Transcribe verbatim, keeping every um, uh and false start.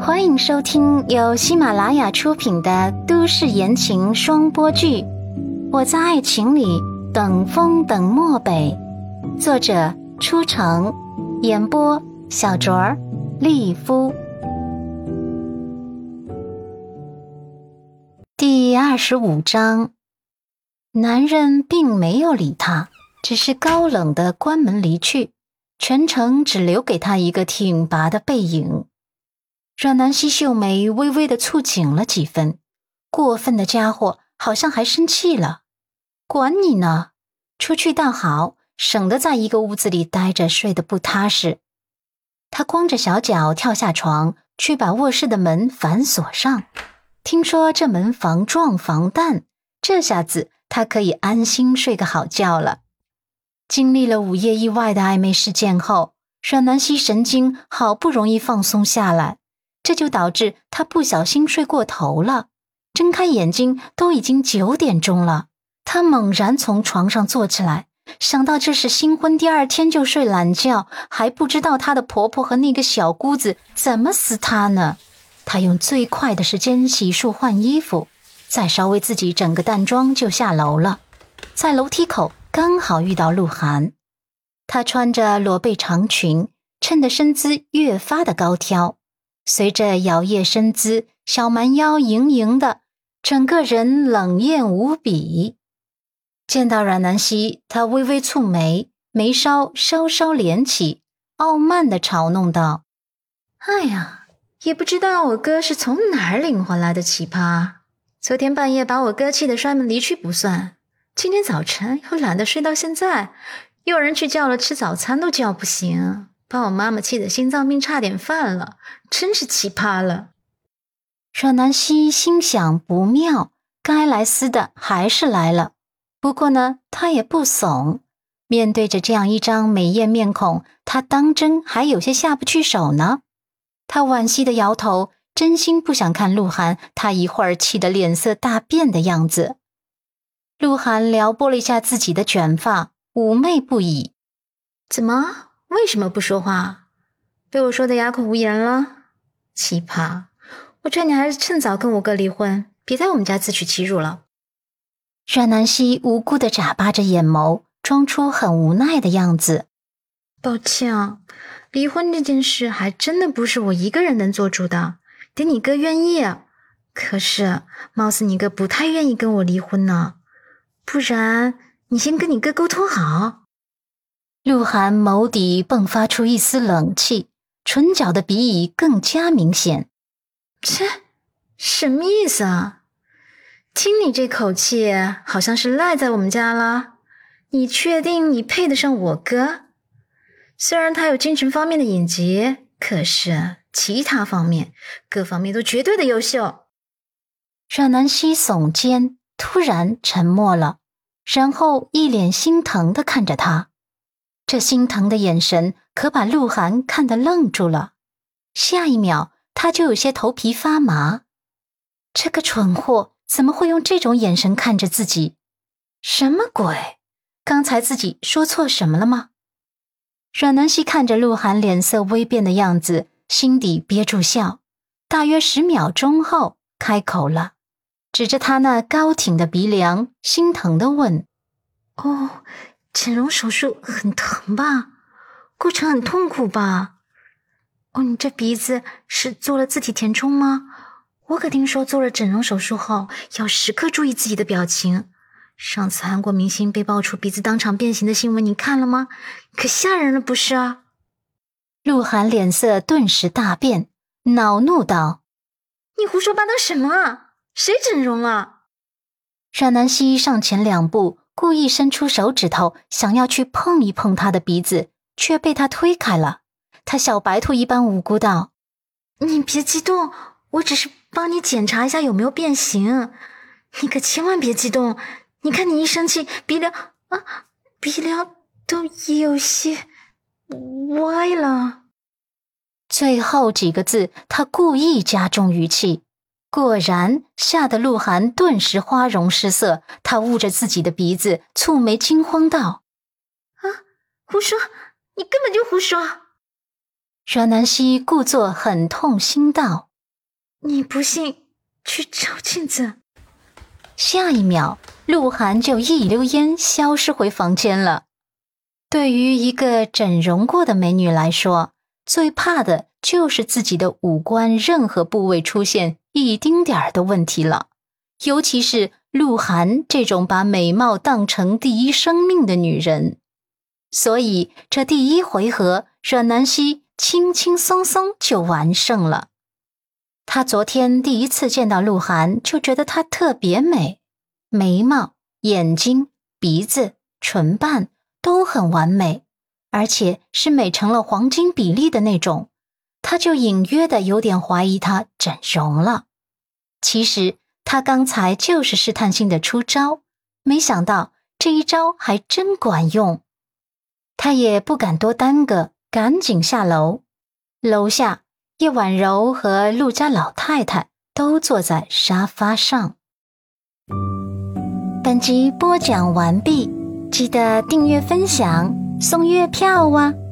欢迎收听由喜马拉雅出品的都市言情双播剧《我在爱情里等风等漠北》，作者初城，演播小卓儿、丽夫。第二十五章，男人并没有理他，只是高冷地关门离去，全程只留给他一个挺拔的背影。阮南希秀眉微微地蹙紧了几分，过分的家伙好像还生气了。管你呢，出去倒好，省得在一个屋子里待着睡得不踏实。他光着小脚跳下床，去把卧室的门反锁上。听说这门防撞防弹，这下子他可以安心睡个好觉了。经历了午夜意外的暧昧事件后，阮南希神经好不容易放松下来，这就导致他不小心睡过头了。睁开眼睛都已经九点钟了，他猛然从床上坐起来，想到这是新婚第二天就睡懒觉，还不知道她的婆婆和那个小姑子怎么死她呢。她用最快的时间洗漱换衣服，再稍微自己整个淡妆就下楼了。在楼梯口刚好遇到鹿晗，她穿着裸背长裙，衬得身姿越发的高挑，随着摇曳身姿，小蛮腰盈盈的，整个人冷艳无比。见到阮南希，她微微蹙眉，眉梢稍稍连起，傲慢地嘲弄道：哎呀，也不知道我哥是从哪儿领回来的奇葩，昨天半夜把我哥气得摔门离去不算，今天早晨又懒得睡到现在，有人去叫了吃早餐都叫不醒，把我妈妈气得心脏病差点犯了，真是奇葩了。阮南希心想不妙，该来撕的还是来了。不过呢，她也不怂，面对着这样一张美艳面孔，她当真还有些下不去手呢。她惋惜地摇头，真心不想看鹿晗他一会儿气得脸色大变的样子。鹿晗撩拨了一下自己的卷发，妩媚不已。怎么？为什么不说话？被我说的哑口无言了？奇葩，我劝你还是趁早跟我哥离婚，别在我们家自取其辱了。阮南希无辜地眨巴着眼眸，装出很无奈的样子。抱歉啊，离婚这件事还真的不是我一个人能做主的，得你哥愿意。可是貌似你哥不太愿意跟我离婚呢，不然你先跟你哥沟通好。鹿晗眸底迸发出一丝冷气，唇角的鼻翼更加明显。切，什么意思啊？听你这口气，好像是赖在我们家了。你确定你配得上我哥？虽然他有精神方面的隐疾，可是其他方面各方面都绝对的优秀。阮南希耸肩，突然沉默了，然后一脸心疼地看着他。这心疼的眼神可把鹿晗看得愣住了，下一秒他就有些头皮发麻。这个蠢货怎么会用这种眼神看着自己？什么鬼？刚才自己说错什么了吗？阮南希看着鹿晗脸色微变的样子，心底憋住笑，大约十秒钟后开口了，指着他那高挺的鼻梁，心疼地问：哦，整容手术很疼吧？过程很痛苦吧？哦，你这鼻子是做了自体填充吗？我可听说做了整容手术后要时刻注意自己的表情，上次韩国明星被爆出鼻子当场变形的新闻你看了吗？可吓人了不是啊？鹿晗脸色顿时大变，恼怒道：你胡说八道什么啊？谁整容了？阮南希上前两步，故意伸出手指头想要去碰一碰他的鼻子，却被他推开了。他小白兔一般无辜道：你别激动，我只是帮你检查一下有没有变形，你可千万别激动，你看你一生气，鼻梁啊，鼻梁都有些歪了。最后几个字他故意加重语气，果然吓得鹿晗顿时花容失色，他捂着自己的鼻子，蹙眉惊慌道：啊，胡说，你根本就胡说。阮南希故作很痛心道： 你不信，去照镜子。下一秒，鹿晗就一溜烟消失回房间了。对于一个整容过的美女来说，最怕的就是自己的五官任何部位出现一丁点儿的问题了，尤其是鹿晗这种把美貌当成第一生命的女人。所以这第一回合，阮南希轻轻松松就完胜了。她昨天第一次见到鹿晗，就觉得她特别美，眉毛、眼睛、鼻子、唇瓣都很完美，而且是美成了黄金比例的那种。她就隐约的有点怀疑她整容了。其实她刚才就是试探性的出招，没想到这一招还真管用。她也不敢多耽搁，赶紧下楼。楼下，叶婉柔和陆家老太太都坐在沙发上。本集播讲完毕，记得订阅分享，送月票啊！